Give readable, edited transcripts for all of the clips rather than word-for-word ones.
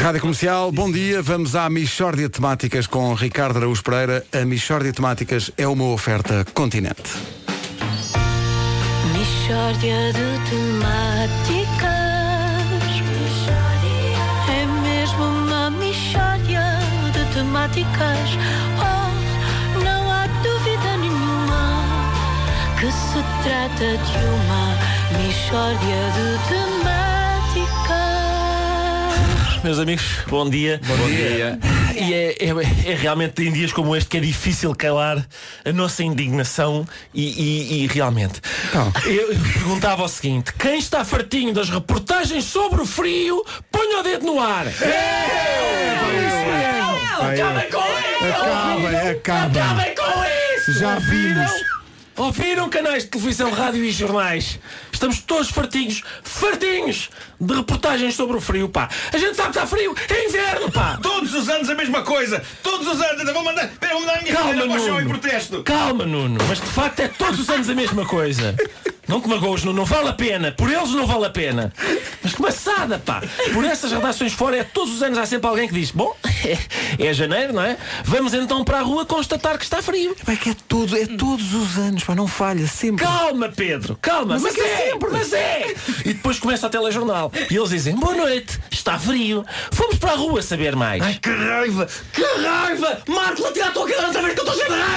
Rádio Comercial, bom dia. Vamos à Mixórdia de Temáticas com Ricardo Araújo Pereira. A Mixórdia de Temáticas é uma oferta Continente. Mixórdia de temáticas. É mesmo uma mixórdia de temáticas. Oh, não há dúvida nenhuma que se trata de uma mixórdia de temáticas. Meus amigos, bom dia. Bom dia. E é realmente em dias como este que é difícil calar a nossa indignação e realmente. Eu perguntava o seguinte: quem está fartinho das reportagens sobre o frio, ponha o dedo no ar. Acabem com isso! Acabem com isso! Já vimos. Ouviram canais de televisão, rádio e jornais? Estamos todos fartinhos de reportagens sobre o frio, pá. A gente sabe que está frio, é inverno, pá. Todos os anos a mesma coisa. Todos os anos. Vou mandar a minha filha para o chão em protesto. Calma, Nuno. Mas de facto é todos os anos a mesma coisa. Não te magoes, Nuno. Não vale a pena. Por eles não vale a pena. Mas que maçada, pá. Por essas redações fora, todos os anos há sempre alguém que diz: bom, é janeiro, não é? Vamos então para a rua constatar que está frio. É que é todos os anos, pá, não falha, sempre. Calma, Pedro, calma. Mas é. E depois começa a telejornal. E eles dizem: boa noite, está frio. Fomos para a rua saber mais. Ai, que raiva. Marco, tira a tua cara outra vez que eu estou cheio de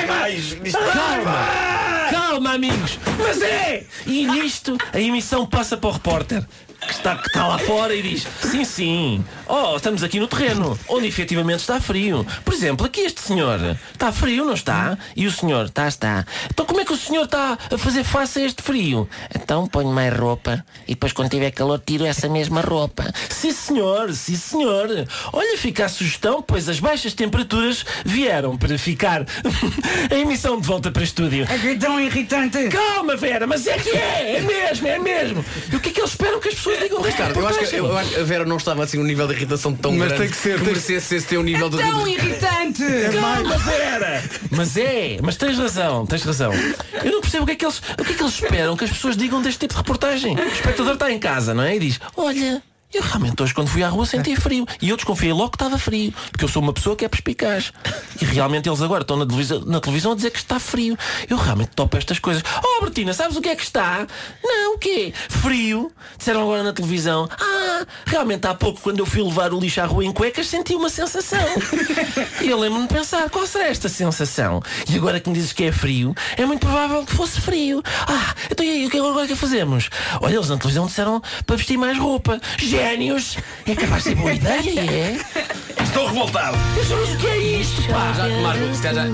raiva. Calma, amigos. Mas é. E nisto a emissão passa para o repórter que está lá fora e diz: sim, estamos aqui no terreno onde efetivamente está frio. Por exemplo, aqui este senhor está frio, não está? E o senhor está. Então como é que o senhor está a fazer face a este frio? Então ponho mais roupa e depois quando tiver calor tiro essa mesma roupa. Sim senhor. Olha, fica a sugestão, pois as baixas temperaturas vieram para ficar. A emissão de volta para estúdio. É que é tão irritante. Calma, Vera, mas é que é mesmo. E o que é que eles esperam que as pessoas digam desta Ricardo, eu acho que a Vera não estava assim um nível de irritação tão mas grande. Tem que ser. Merecesse esse teu nível de Tão irritante. Calma, Vera. Mas tens razão. Eu não percebo o que é que eles esperam que as pessoas digam deste tipo de reportagem. O espectador está em casa, não é? E diz: olha, eu realmente hoje quando fui à rua senti frio. E eu desconfiei logo que estava frio, porque eu sou uma pessoa que é perspicaz. E realmente eles agora estão na televisão a dizer que está frio. Eu realmente topo estas coisas. Oh, Bertina, sabes o que é que está? Não, o quê? Frio. Disseram agora na televisão: realmente há pouco quando eu fui levar o lixo à rua em cuecas senti uma sensação. E eu lembro-me de pensar: qual será esta sensação? E agora que me dizes que é frio, é muito provável que fosse frio. Então e aí, o que agora que fazemos? Olha, eles na televisão disseram para vestir mais roupa. Génios! É capaz de ser boa ideia, é? Estou revoltado. Mas o que é isto, pá? Marco, se calhar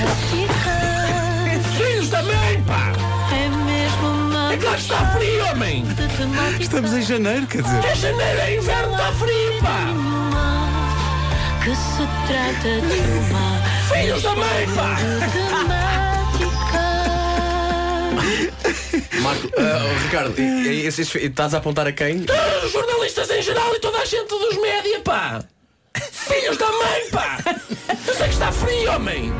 Filhos também, pá! É mesmo uma É claro que está frio, homem! de temáticas. Estamos em janeiro, quer dizer. É janeiro, é inverno, está frio, pá! Que se trata de uma Filhos também, pá! de temáticas. Marco, Ricardo, estás a apontar a quem? Os jornalistas em geral e toda a gente dos média, pá! Filhos da mãe, pá! Eu sei que está frio, homem!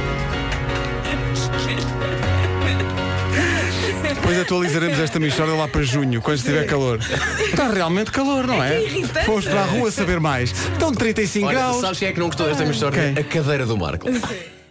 Depois atualizaremos esta mixórdia lá para junho, quando estiver calor. Está realmente calor, não é? irritante. Fomos para a rua saber mais. Estão 35 Olha, graus. sabes quem é que não gostou desta história? Quem? A cadeira do Marco. Sim.